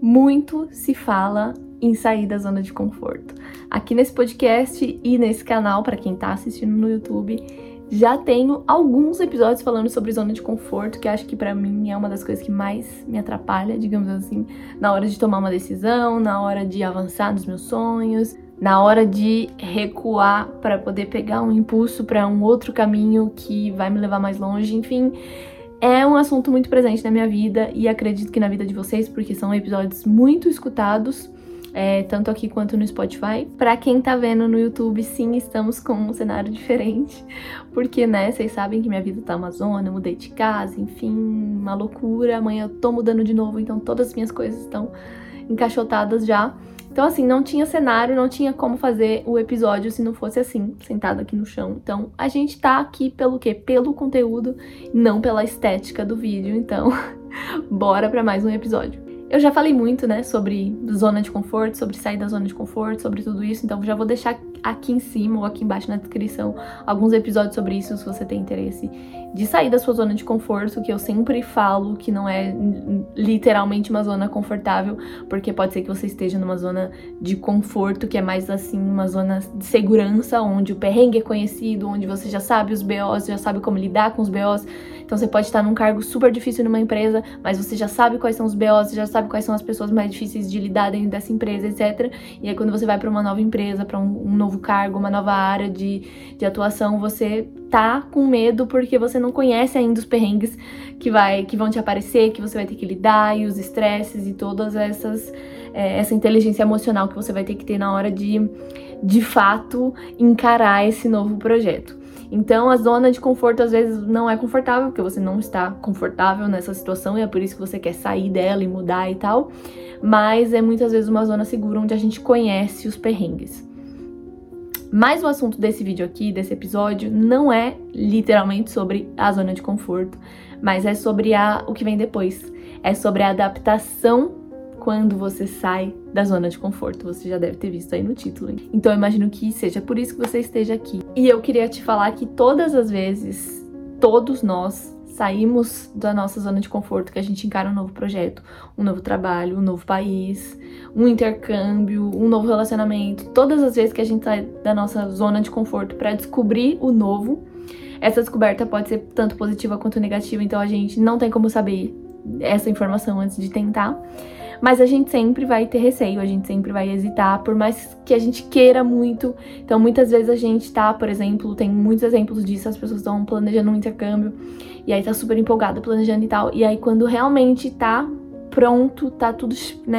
muito se fala em sair da zona de conforto. Aqui nesse podcast e nesse canal, para quem tá assistindo no YouTube, já tenho alguns episódios falando sobre zona de conforto, que acho que pra mim é uma das coisas que mais me atrapalha, digamos assim, na hora de tomar uma decisão, na hora de avançar nos meus sonhos, na hora de recuar para poder pegar um impulso para um outro caminho que vai me levar mais longe, enfim. É um assunto muito presente na minha vida e acredito que na vida de vocês, porque são episódios muito escutados, tanto aqui quanto no Spotify. Pra quem tá vendo no YouTube, sim, estamos com um cenário diferente, porque, vocês sabem que minha vida tá uma zona, eu mudei de casa, enfim, uma loucura. Amanhã eu tô mudando de novo, então todas as minhas coisas estão encaixotadas já. Então, assim, não tinha cenário, não tinha como fazer o episódio se não fosse assim, sentado aqui no chão. Então, a gente tá aqui pelo quê? Pelo conteúdo, não pela estética do vídeo. Então, bora pra mais um episódio. Eu já falei muito, sobre zona de conforto, sobre sair da zona de conforto, sobre tudo isso. Então, já vou deixar aqui em cima ou aqui embaixo na descrição alguns episódios sobre isso, se você tem interesse de sair da sua zona de conforto, que eu sempre falo que não é literalmente uma zona confortável, porque pode ser que você esteja numa zona de conforto, que é mais assim, uma zona de segurança, onde o perrengue é conhecido, onde você já sabe os BOs, já sabe como lidar com os BOs. Então você pode estar num cargo super difícil numa empresa, mas você já sabe quais são os BOs, você já sabe quais são as pessoas mais difíceis de lidar dentro dessa empresa, etc. E aí quando você vai para uma nova empresa, para um novo cargo, uma nova área de atuação, você tá com medo porque você não conhece ainda os perrengues que vão te aparecer, que você vai ter que lidar, e os estresses e todas essa inteligência emocional que você vai ter que ter na hora de fato encarar esse novo projeto. Então, a zona de conforto às vezes não é confortável, porque você não está confortável nessa situação e é por isso que você quer sair dela e mudar e tal. Mas é muitas vezes uma zona segura onde a gente conhece os perrengues. Mas o assunto desse vídeo aqui, desse episódio, não é literalmente sobre a zona de conforto, mas é sobre o que vem depois. É sobre a adaptação quando você sai da zona de conforto. Você já deve ter visto aí no título. Então eu imagino que seja por isso que você esteja aqui. E eu queria te falar que todas as vezes, todos nós saímos da nossa zona de conforto, que a gente encara um novo projeto, um novo trabalho, um novo país, um intercâmbio, um novo relacionamento. Todas as vezes que a gente sai da nossa zona de conforto para descobrir o novo, essa descoberta pode ser tanto positiva quanto negativa, então a gente não tem como saber essa informação antes de tentar. Mas a gente sempre vai ter receio, a gente sempre vai hesitar, por mais que a gente queira muito. Então, muitas vezes a gente tá, por exemplo, tem muitos exemplos disso, as pessoas estão planejando um intercâmbio, e aí tá super empolgada, planejando e tal, e aí quando realmente tá pronto, tá tudo,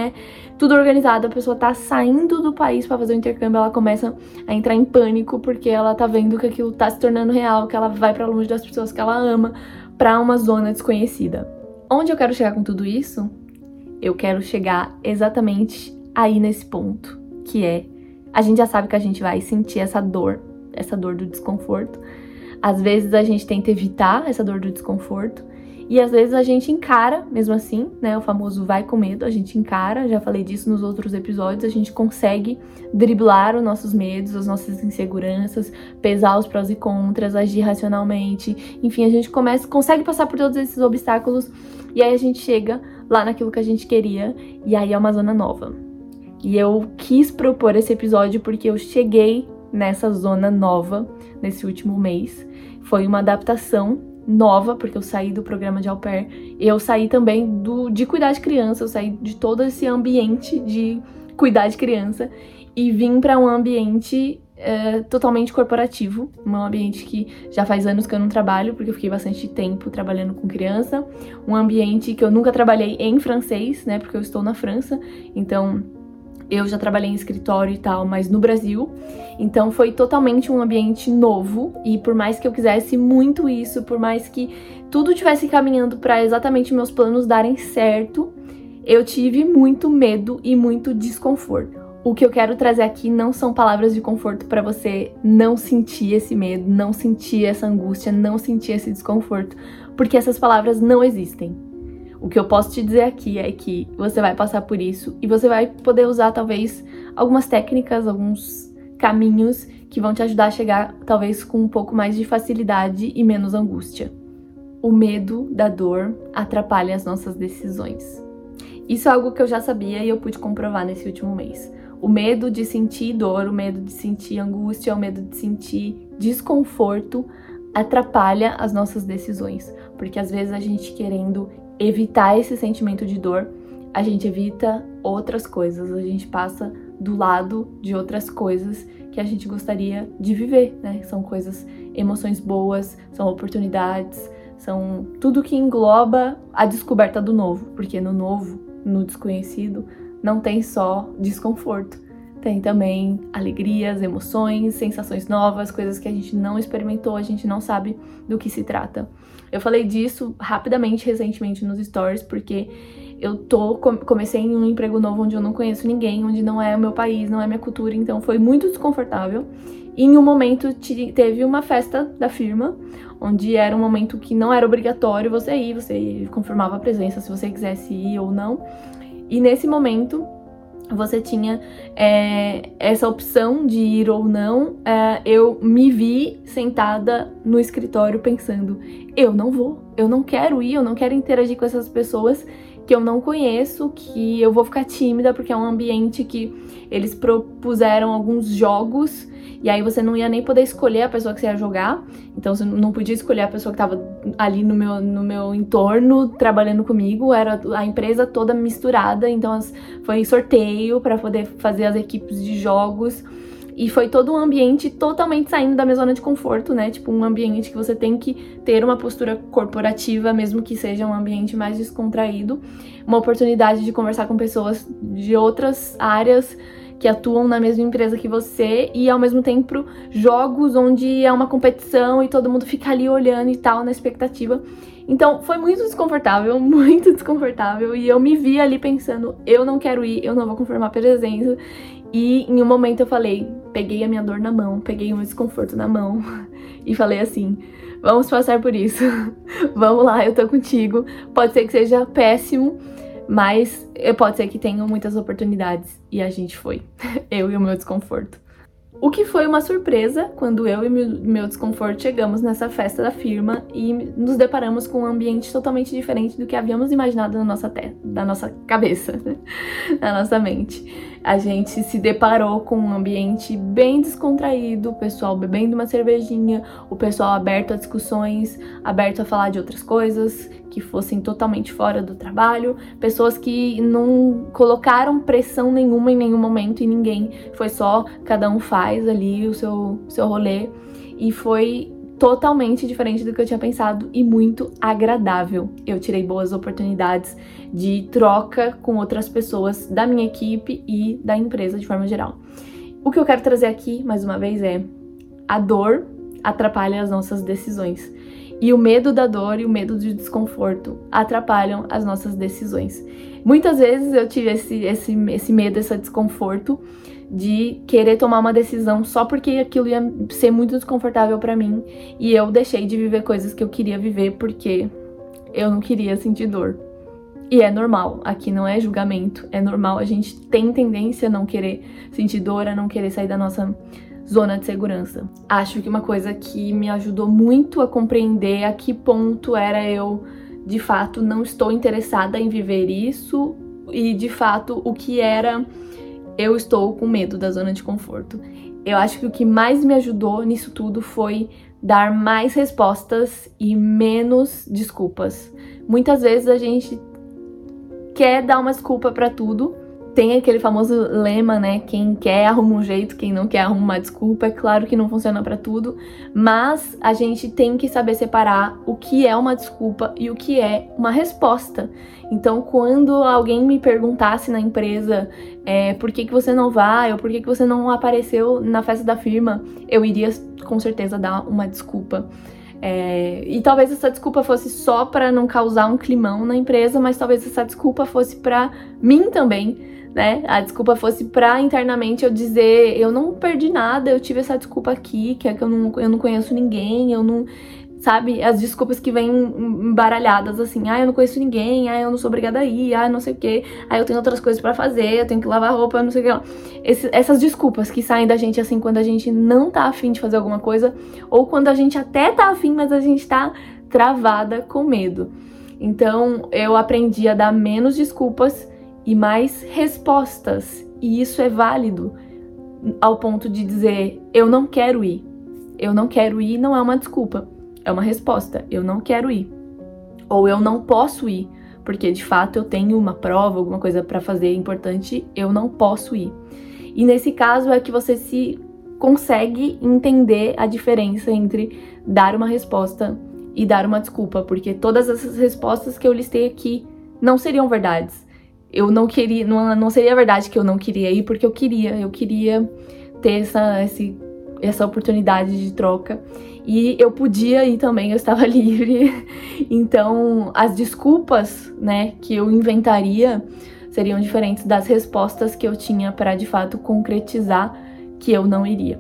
tudo organizado, a pessoa tá saindo do país pra fazer o intercâmbio, ela começa a entrar em pânico, porque ela tá vendo que aquilo tá se tornando real, que ela vai pra longe das pessoas que ela ama, pra uma zona desconhecida. Onde eu quero chegar com tudo isso? Eu quero chegar exatamente aí nesse ponto, que é, a gente já sabe que a gente vai sentir essa dor do desconforto. Às vezes a gente tenta evitar essa dor do desconforto, e às vezes a gente encara, mesmo assim, o famoso vai com medo, a gente encara, já falei disso nos outros episódios, a gente consegue driblar os nossos medos, as nossas inseguranças, pesar os prós e contras, agir racionalmente, enfim, a gente consegue passar por todos esses obstáculos, e aí a gente chega lá naquilo que a gente queria, e aí é uma zona nova. E eu quis propor esse episódio porque eu cheguei nessa zona nova nesse último mês. Foi uma adaptação nova, porque eu saí do programa de au pair, eu saí também de cuidar de criança, eu saí de todo esse ambiente de cuidar de criança e vim para um ambiente totalmente corporativo, um ambiente que já faz anos que eu não trabalho, porque eu fiquei bastante tempo trabalhando com criança, um ambiente que eu nunca trabalhei em francês, porque eu estou na França, então eu já trabalhei em escritório e tal, mas no Brasil, então foi totalmente um ambiente novo, e por mais que eu quisesse muito isso, por mais que tudo estivesse caminhando para exatamente meus planos darem certo, eu tive muito medo e muito desconforto. O que eu quero trazer aqui não são palavras de conforto para você não sentir esse medo, não sentir essa angústia, não sentir esse desconforto, porque essas palavras não existem. O que eu posso te dizer aqui é que você vai passar por isso e você vai poder usar talvez algumas técnicas, alguns caminhos que vão te ajudar a chegar talvez com um pouco mais de facilidade e menos angústia. O medo da dor atrapalha as nossas decisões. Isso é algo que eu já sabia e eu pude comprovar nesse último mês. O medo de sentir dor, o medo de sentir angústia, o medo de sentir desconforto atrapalha as nossas decisões. Porque às vezes a gente querendo evitar esse sentimento de dor, a gente evita outras coisas, a gente passa do lado de outras coisas que a gente gostaria de viver, né? São coisas, emoções boas, são oportunidades, são tudo que engloba a descoberta do novo, porque no novo, no desconhecido, não tem só desconforto, tem também alegrias, emoções, sensações novas, coisas que a gente não experimentou, a gente não sabe do que se trata. Eu falei disso rapidamente, recentemente nos stories, porque eu comecei em um emprego novo onde eu não conheço ninguém, onde não é o meu país, não é minha cultura, então foi muito desconfortável. E em um momento teve uma festa da firma, onde era um momento que não era obrigatório você ir, você confirmava a presença se você quisesse ir ou não. E nesse momento você tinha essa opção de ir ou não. Eu me vi sentada no escritório pensando, eu não vou, eu não quero ir, eu não quero interagir com essas pessoas que eu não conheço, que eu vou ficar tímida, porque é um ambiente que eles propuseram alguns jogos, e aí você não ia nem poder escolher a pessoa que você ia jogar, então você não podia escolher a pessoa que estava ali no meu entorno, trabalhando comigo, era a empresa toda misturada, então foi sorteio para poder fazer as equipes de jogos, e foi todo um ambiente totalmente saindo da minha zona de conforto, né? Tipo, um ambiente que você tem que ter uma postura corporativa, mesmo que seja um ambiente mais descontraído. Uma oportunidade de conversar com pessoas de outras áreas que atuam na mesma empresa que você e, ao mesmo tempo, jogos onde é uma competição e todo mundo fica ali olhando e tal, na expectativa. Então, foi muito desconfortável, e eu me vi ali pensando, eu não quero ir, eu não vou confirmar a presença. E em um momento eu falei, peguei a minha dor na mão, peguei o meu desconforto na mão e falei assim, vamos passar por isso, vamos lá, eu tô contigo, pode ser que seja péssimo, mas pode ser que tenham muitas oportunidades. E a gente foi, eu e o meu desconforto. O que foi uma surpresa quando eu e meu desconforto chegamos nessa festa da firma e nos deparamos com um ambiente totalmente diferente do que havíamos imaginado na nossa cabeça, né? Na nossa mente. A gente se deparou com um ambiente bem descontraído, o pessoal bebendo uma cervejinha, o pessoal aberto a discussões, aberto a falar de outras coisas que fossem totalmente fora do trabalho, pessoas que não colocaram pressão nenhuma em nenhum momento em ninguém, foi só cada um faz ali o seu rolê, e foi totalmente diferente do que eu tinha pensado e muito agradável. Eu tirei boas oportunidades de troca com outras pessoas da minha equipe e da empresa de forma geral. O que eu quero trazer aqui, mais uma vez, é a dor atrapalha as nossas decisões. E o medo da dor e o medo do desconforto atrapalham as nossas decisões. Muitas vezes eu tive esse medo, esse desconforto de querer tomar uma decisão só porque aquilo ia ser muito desconfortável pra mim, e eu deixei de viver coisas que eu queria viver porque eu não queria sentir dor. E é normal, aqui não é julgamento, é normal, a gente tem tendência a não querer sentir dor, a não querer sair da nossa zona de segurança. Acho que uma coisa que me ajudou muito a compreender a que ponto era eu, de fato, não estou interessada em viver isso, e de fato o que era eu estou com medo da zona de conforto. Eu acho que o que mais me ajudou nisso tudo foi dar mais respostas e menos desculpas. Muitas vezes a gente quer dar uma desculpa pra tudo. Tem aquele famoso lema, né? Quem quer arruma um jeito, quem não quer arruma uma desculpa. É claro que não funciona pra tudo, mas a gente tem que saber separar o que é uma desculpa e o que é uma resposta. Então, quando alguém me perguntasse na empresa por que você não vai, ou por que você não apareceu na festa da firma, eu iria com certeza dar uma desculpa. E talvez essa desculpa fosse só pra não causar um climão na empresa, mas talvez essa desculpa fosse pra mim também, né? A desculpa fosse pra internamente eu dizer, eu não perdi nada, eu tive essa desculpa aqui, que é que eu não conheço ninguém, eu não... Sabe? As desculpas que vêm embaralhadas, assim, eu não conheço ninguém, eu não sou obrigada a ir, não sei o quê, eu tenho outras coisas pra fazer, eu tenho que lavar roupa, não sei o que. Essas desculpas que saem da gente, assim, quando a gente não tá afim de fazer alguma coisa, ou quando a gente até tá afim, mas a gente tá travada com medo. Então, eu aprendi a dar menos desculpas e mais respostas. E isso é válido ao ponto de dizer, eu não quero ir. Eu não quero ir não é uma desculpa, é uma resposta. Eu não quero ir. Ou eu não posso ir, porque de fato eu tenho uma prova, alguma coisa para fazer importante, eu não posso ir. E nesse caso é que você se consegue entender a diferença entre dar uma resposta e dar uma desculpa, porque todas essas respostas que eu listei aqui não seriam verdades. Eu não queria, não seria verdade que eu não queria ir, porque eu queria ter essa oportunidade de troca. E eu podia ir também, eu estava livre. Então, as desculpas, né, que eu inventaria seriam diferentes das respostas que eu tinha para, de fato, concretizar que eu não iria.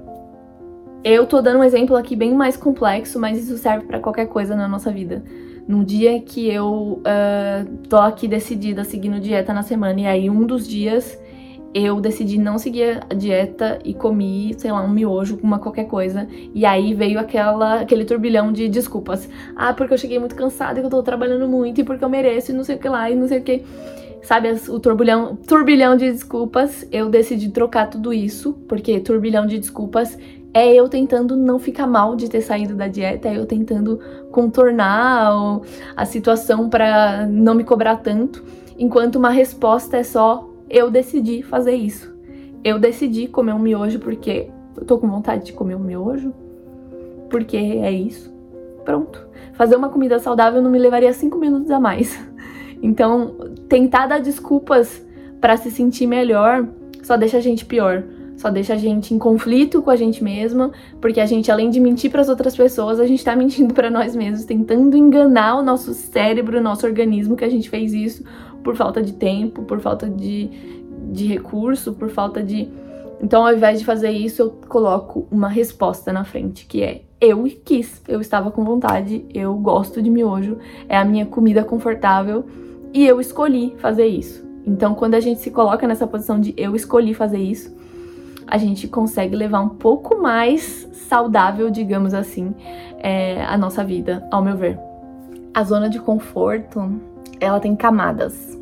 Eu tô dando um exemplo aqui bem mais complexo, mas isso serve para qualquer coisa na nossa vida. Num dia que eu tô aqui decidida seguindo dieta na semana, e aí um dos dias eu decidi não seguir a dieta e comi, sei lá, um miojo com qualquer coisa. E aí veio aquele turbilhão de desculpas. Ah, porque eu cheguei muito cansada, que eu tô trabalhando muito, e porque eu mereço, e não sei o que lá, e não sei o que. Sabe, o turbilhão de desculpas. Eu decidi trocar tudo isso, porque turbilhão de desculpas é eu tentando não ficar mal de ter saído da dieta, é eu tentando contornar a situação pra não me cobrar tanto, enquanto uma resposta é só eu decidi fazer isso. Eu decidi comer um miojo porque eu tô com vontade de comer um miojo, porque é isso. Pronto. Fazer uma comida saudável não me levaria 5 minutos a mais. Então, tentar dar desculpas pra se sentir melhor só deixa a gente pior. Só deixa a gente em conflito com a gente mesma, porque a gente, além de mentir para as outras pessoas, a gente tá mentindo para nós mesmos, tentando enganar o nosso cérebro, o nosso organismo, que a gente fez isso por falta de tempo, por falta de recurso, por falta de... Então, ao invés de fazer isso, eu coloco uma resposta na frente, que é eu quis, eu estava com vontade, eu gosto de miojo, é a minha comida confortável e eu escolhi fazer isso. Então, quando a gente se coloca nessa posição de eu escolhi fazer isso, a gente consegue levar um pouco mais saudável, digamos assim, a nossa vida, ao meu ver. A zona de conforto, ela tem camadas.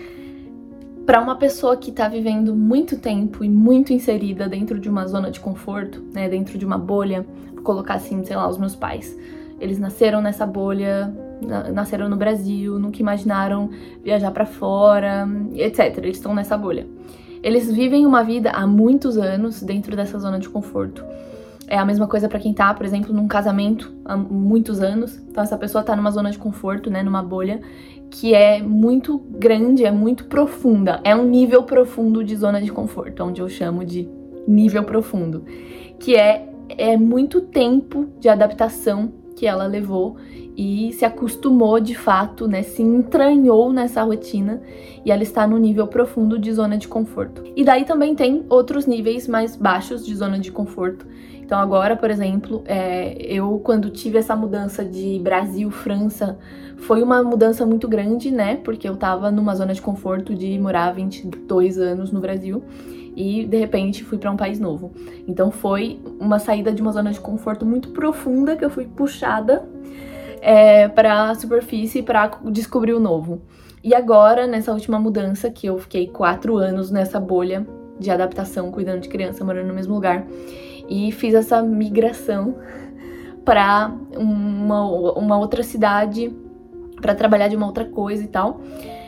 Para uma pessoa que tá vivendo muito tempo e muito inserida dentro de uma zona de conforto, né, dentro de uma bolha, vou colocar assim, sei lá, os meus pais. Eles nasceram nessa bolha, nasceram no Brasil, nunca imaginaram viajar para fora, etc. Eles estão nessa bolha. Eles vivem uma vida há muitos anos dentro dessa zona de conforto. É a mesma coisa para quem tá, por exemplo, num casamento há muitos anos. Então essa pessoa tá numa zona de conforto, né, numa bolha que é muito grande, é muito profunda. É um nível profundo de zona de conforto, onde eu chamo de nível profundo, que é muito tempo de adaptação que ela levou e se acostumou de fato, né, se entranhou nessa rotina e ela está no nível profundo de zona de conforto. E daí também tem outros níveis mais baixos de zona de conforto. Então agora, por exemplo, eu quando tive essa mudança de Brasil-França, foi uma mudança muito grande, né, porque eu tava numa zona de conforto de morar 22 anos no Brasil e de repente fui para um país novo. Então foi uma saída de uma zona de conforto muito profunda que eu fui puxada para a superfície para descobrir o novo. E agora, nessa última mudança, que eu fiquei 4 anos nessa bolha de adaptação, cuidando de criança, morando no mesmo lugar, e fiz essa migração para uma outra cidade, para trabalhar de uma outra coisa e tal.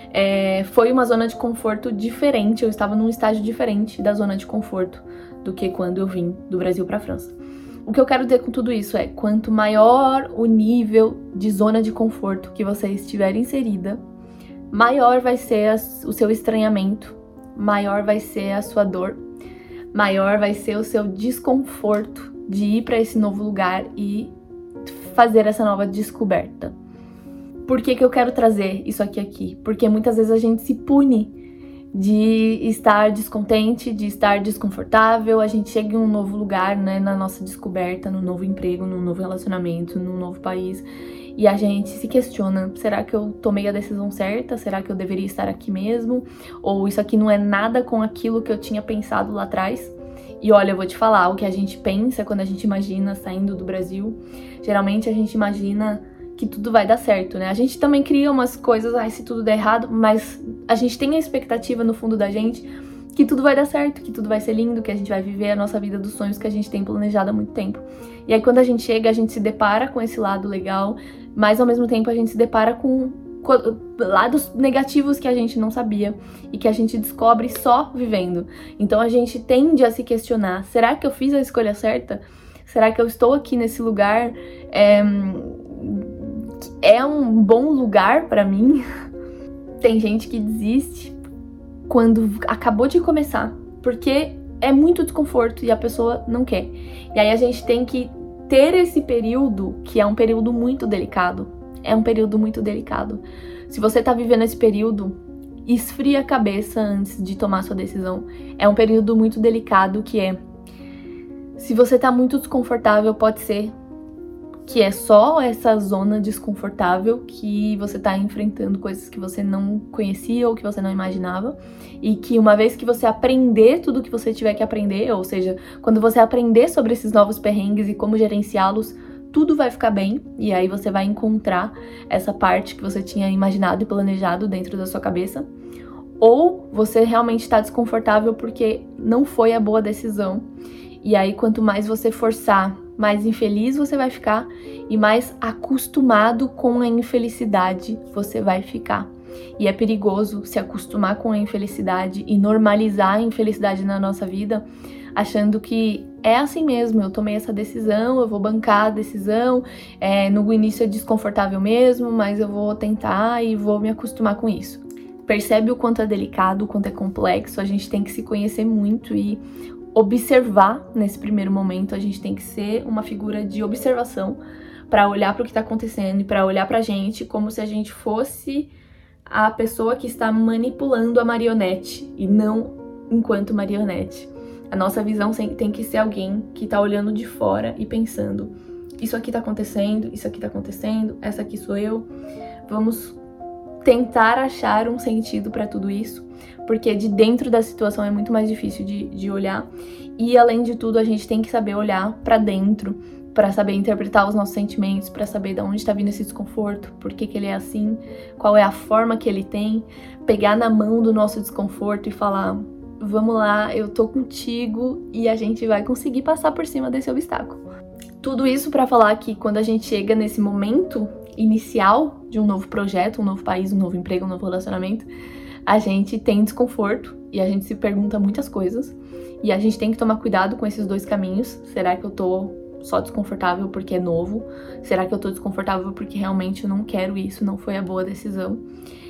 Foi uma zona de conforto diferente, eu estava num estágio diferente da zona de conforto do que quando eu vim do Brasil para a França. O que eu quero dizer com tudo isso é, quanto maior o nível de zona de conforto que você estiver inserida, maior vai ser o seu estranhamento, maior vai ser a sua dor, maior vai ser o seu desconforto de ir para esse novo lugar e fazer essa nova descoberta. Por que eu quero trazer isso aqui? Porque muitas vezes a gente se pune de estar descontente, de estar desconfortável, a gente chega em um novo lugar, né, na nossa descoberta, no novo emprego, no novo relacionamento, num novo país, e a gente se questiona, será que eu tomei a decisão certa? Será que eu deveria estar aqui mesmo? Ou isso aqui não é nada com aquilo que eu tinha pensado lá atrás? E olha, eu vou te falar, o que a gente pensa quando a gente imagina saindo do Brasil, geralmente a gente imagina que tudo vai dar certo, né? A gente também cria umas coisas, se tudo der errado, mas a gente tem a expectativa no fundo da gente que tudo vai dar certo, que tudo vai ser lindo, que a gente vai viver a nossa vida dos sonhos que a gente tem planejado há muito tempo. E aí quando a gente chega, a gente se depara com esse lado legal, mas ao mesmo tempo a gente se depara com lados negativos que a gente não sabia e que a gente descobre só vivendo. Então a gente tende a se questionar, será que eu fiz a escolha certa? Será que eu estou aqui nesse lugar? É um bom lugar pra mim? Tem gente que desiste quando acabou de começar, porque é muito desconforto e a pessoa não quer. E aí a gente tem que ter esse período, que é um período muito delicado. É um período muito delicado. Se você tá vivendo esse período, esfria a cabeça antes de tomar sua decisão. É um período muito delicado se você tá muito desconfortável, pode ser que é só essa zona desconfortável que você tá enfrentando coisas que você não conhecia ou que você não imaginava, e que uma vez que você aprender tudo que você tiver que aprender, ou seja, quando você aprender sobre esses novos perrengues e como gerenciá-los, tudo vai ficar bem, e aí você vai encontrar essa parte que você tinha imaginado e planejado dentro da sua cabeça. Ou você realmente está desconfortável porque não foi a boa decisão, e aí quanto mais você forçar, mais infeliz você vai ficar e mais acostumado com a infelicidade você vai ficar. E é perigoso se acostumar com a infelicidade e normalizar a infelicidade na nossa vida, achando que é assim mesmo, eu tomei essa decisão, eu vou bancar a decisão, no início é desconfortável mesmo, mas eu vou tentar e vou me acostumar com isso. Percebe o quanto é delicado, o quanto é complexo, a gente tem que se conhecer muito e observar nesse primeiro momento, a gente tem que ser uma figura de observação para olhar para o que está acontecendo e para olhar para a gente como se a gente fosse a pessoa que está manipulando a marionete e não enquanto marionete. A nossa visão tem que ser alguém que está olhando de fora e pensando: isso aqui tá acontecendo, isso aqui tá acontecendo, essa aqui sou eu. Vamos tentar achar um sentido para tudo isso, porque de dentro da situação é muito mais difícil de olhar. E além de tudo, a gente tem que saber olhar para dentro, para saber interpretar os nossos sentimentos, para saber de onde está vindo esse desconforto, por que ele é assim, qual é a forma que ele tem, pegar na mão do nosso desconforto e falar: vamos lá, eu tô contigo e a gente vai conseguir passar por cima desse obstáculo. Tudo isso para falar que quando a gente chega nesse momento inicial de um novo projeto, um novo país, um novo emprego, um novo relacionamento, a gente tem desconforto e a gente se pergunta muitas coisas e a gente tem que tomar cuidado com esses dois caminhos. Será que eu tô só desconfortável porque é novo? Será que eu tô desconfortável porque realmente eu não quero isso, não foi a boa decisão?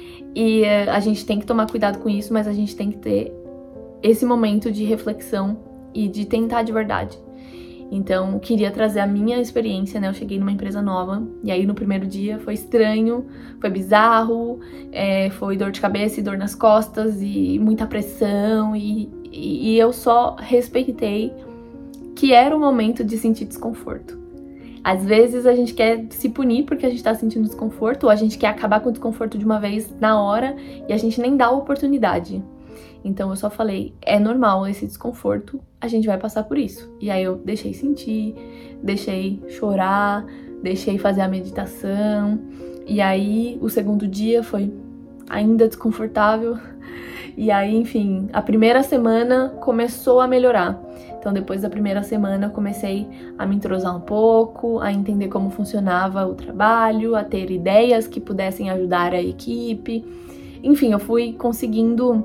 E a gente tem que tomar cuidado com isso, mas a gente tem que ter esse momento de reflexão e de tentar de verdade. Então, eu queria trazer a minha experiência, né? Eu cheguei numa empresa nova, e aí no primeiro dia foi estranho, foi bizarro, foi dor de cabeça e dor nas costas, e muita pressão, e eu só respeitei que era o momento de sentir desconforto. Às vezes a gente quer se punir porque a gente tá sentindo desconforto, ou a gente quer acabar com o desconforto de uma vez na hora, e a gente nem dá a oportunidade. Então eu só falei: é normal esse desconforto, a gente vai passar por isso. E aí eu deixei sentir, deixei chorar, deixei fazer a meditação. E aí o segundo dia foi ainda desconfortável. E aí, enfim, a primeira semana começou a melhorar. Então depois da primeira semana eu comecei a me entrosar um pouco, a entender como funcionava o trabalho, a ter ideias que pudessem ajudar a equipe. Enfim, eu fui conseguindo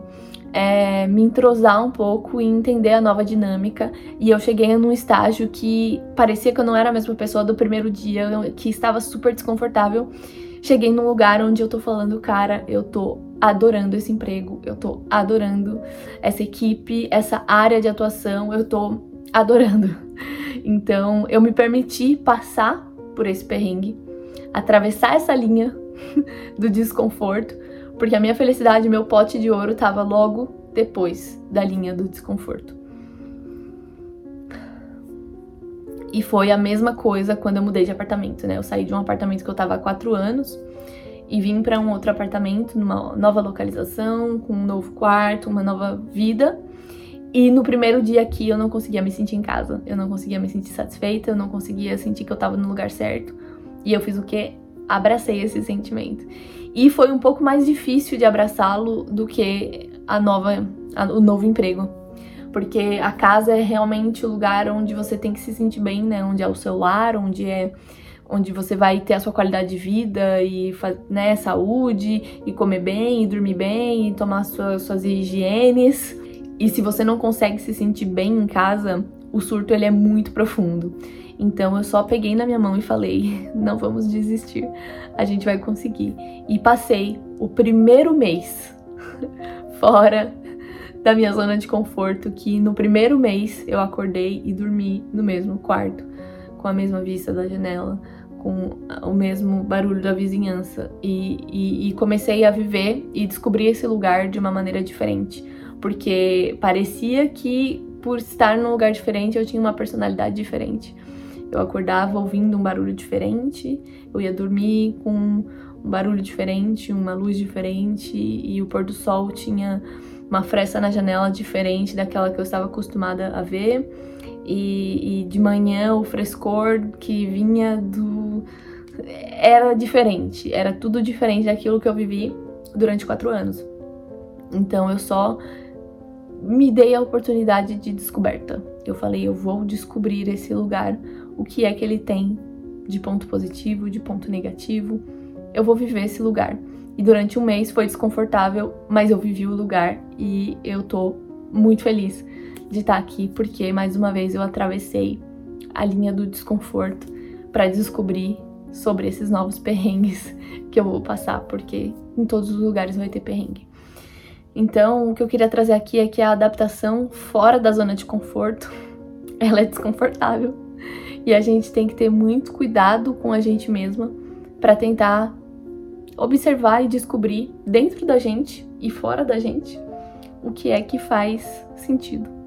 me entrosar um pouco e entender a nova dinâmica, e eu cheguei num estágio que parecia que eu não era a mesma pessoa do primeiro dia, que estava super desconfortável. Cheguei num lugar onde eu tô falando: cara, eu tô adorando esse emprego, eu tô adorando essa equipe, essa área de atuação, eu tô adorando. Então eu me permiti passar por esse perrengue, atravessar essa linha do desconforto, porque a minha felicidade, meu pote de ouro, tava logo depois da linha do desconforto. E foi a mesma coisa quando eu mudei de apartamento, né? Eu saí de um apartamento que eu tava há 4 anos e vim pra um outro apartamento, numa nova localização, com um novo quarto, uma nova vida. E no primeiro dia aqui eu não conseguia me sentir em casa, eu não conseguia me sentir satisfeita, eu não conseguia sentir que eu tava no lugar certo. E eu fiz o quê? abracei esse sentimento. E foi um pouco mais difícil de abraçá-lo do que o novo emprego. Porque a casa é realmente o lugar onde você tem que se sentir bem, né? Onde é o seu lar, onde você vai ter a sua qualidade de vida e, né, saúde, e comer bem, e dormir bem, e tomar suas higienes. E se você não consegue se sentir bem em casa, o surto ele é muito profundo. Então eu só peguei na minha mão e falei, não vamos desistir, a gente vai conseguir. E passei o primeiro mês fora da minha zona de conforto, que no primeiro mês eu acordei e dormi no mesmo quarto, com a mesma vista da janela, com o mesmo barulho da vizinhança. E comecei a viver e descobrir esse lugar de uma maneira diferente. Porque parecia que, por estar num lugar diferente, eu tinha uma personalidade diferente. Eu acordava ouvindo um barulho diferente, eu ia dormir com um barulho diferente, uma luz diferente, e o pôr do sol tinha uma fresta na janela diferente daquela que eu estava acostumada a ver. E de manhã o frescor que vinha era diferente, era tudo diferente daquilo que eu vivi durante 4 anos. Então eu só me dei a oportunidade de descoberta. Eu falei, eu vou descobrir esse lugar, o que é que ele tem de ponto positivo, de ponto negativo. Eu vou viver esse lugar. E durante um mês foi desconfortável, mas eu vivi o lugar e eu tô muito feliz de estar aqui, porque mais uma vez eu atravessei a linha do desconforto para descobrir sobre esses novos perrengues que eu vou passar, porque em todos os lugares vai ter perrengue. Então, o que eu queria trazer aqui é que a adaptação fora da zona de conforto, ela é desconfortável. E a gente tem que ter muito cuidado com a gente mesma para tentar observar e descobrir dentro da gente e fora da gente o que é que faz sentido.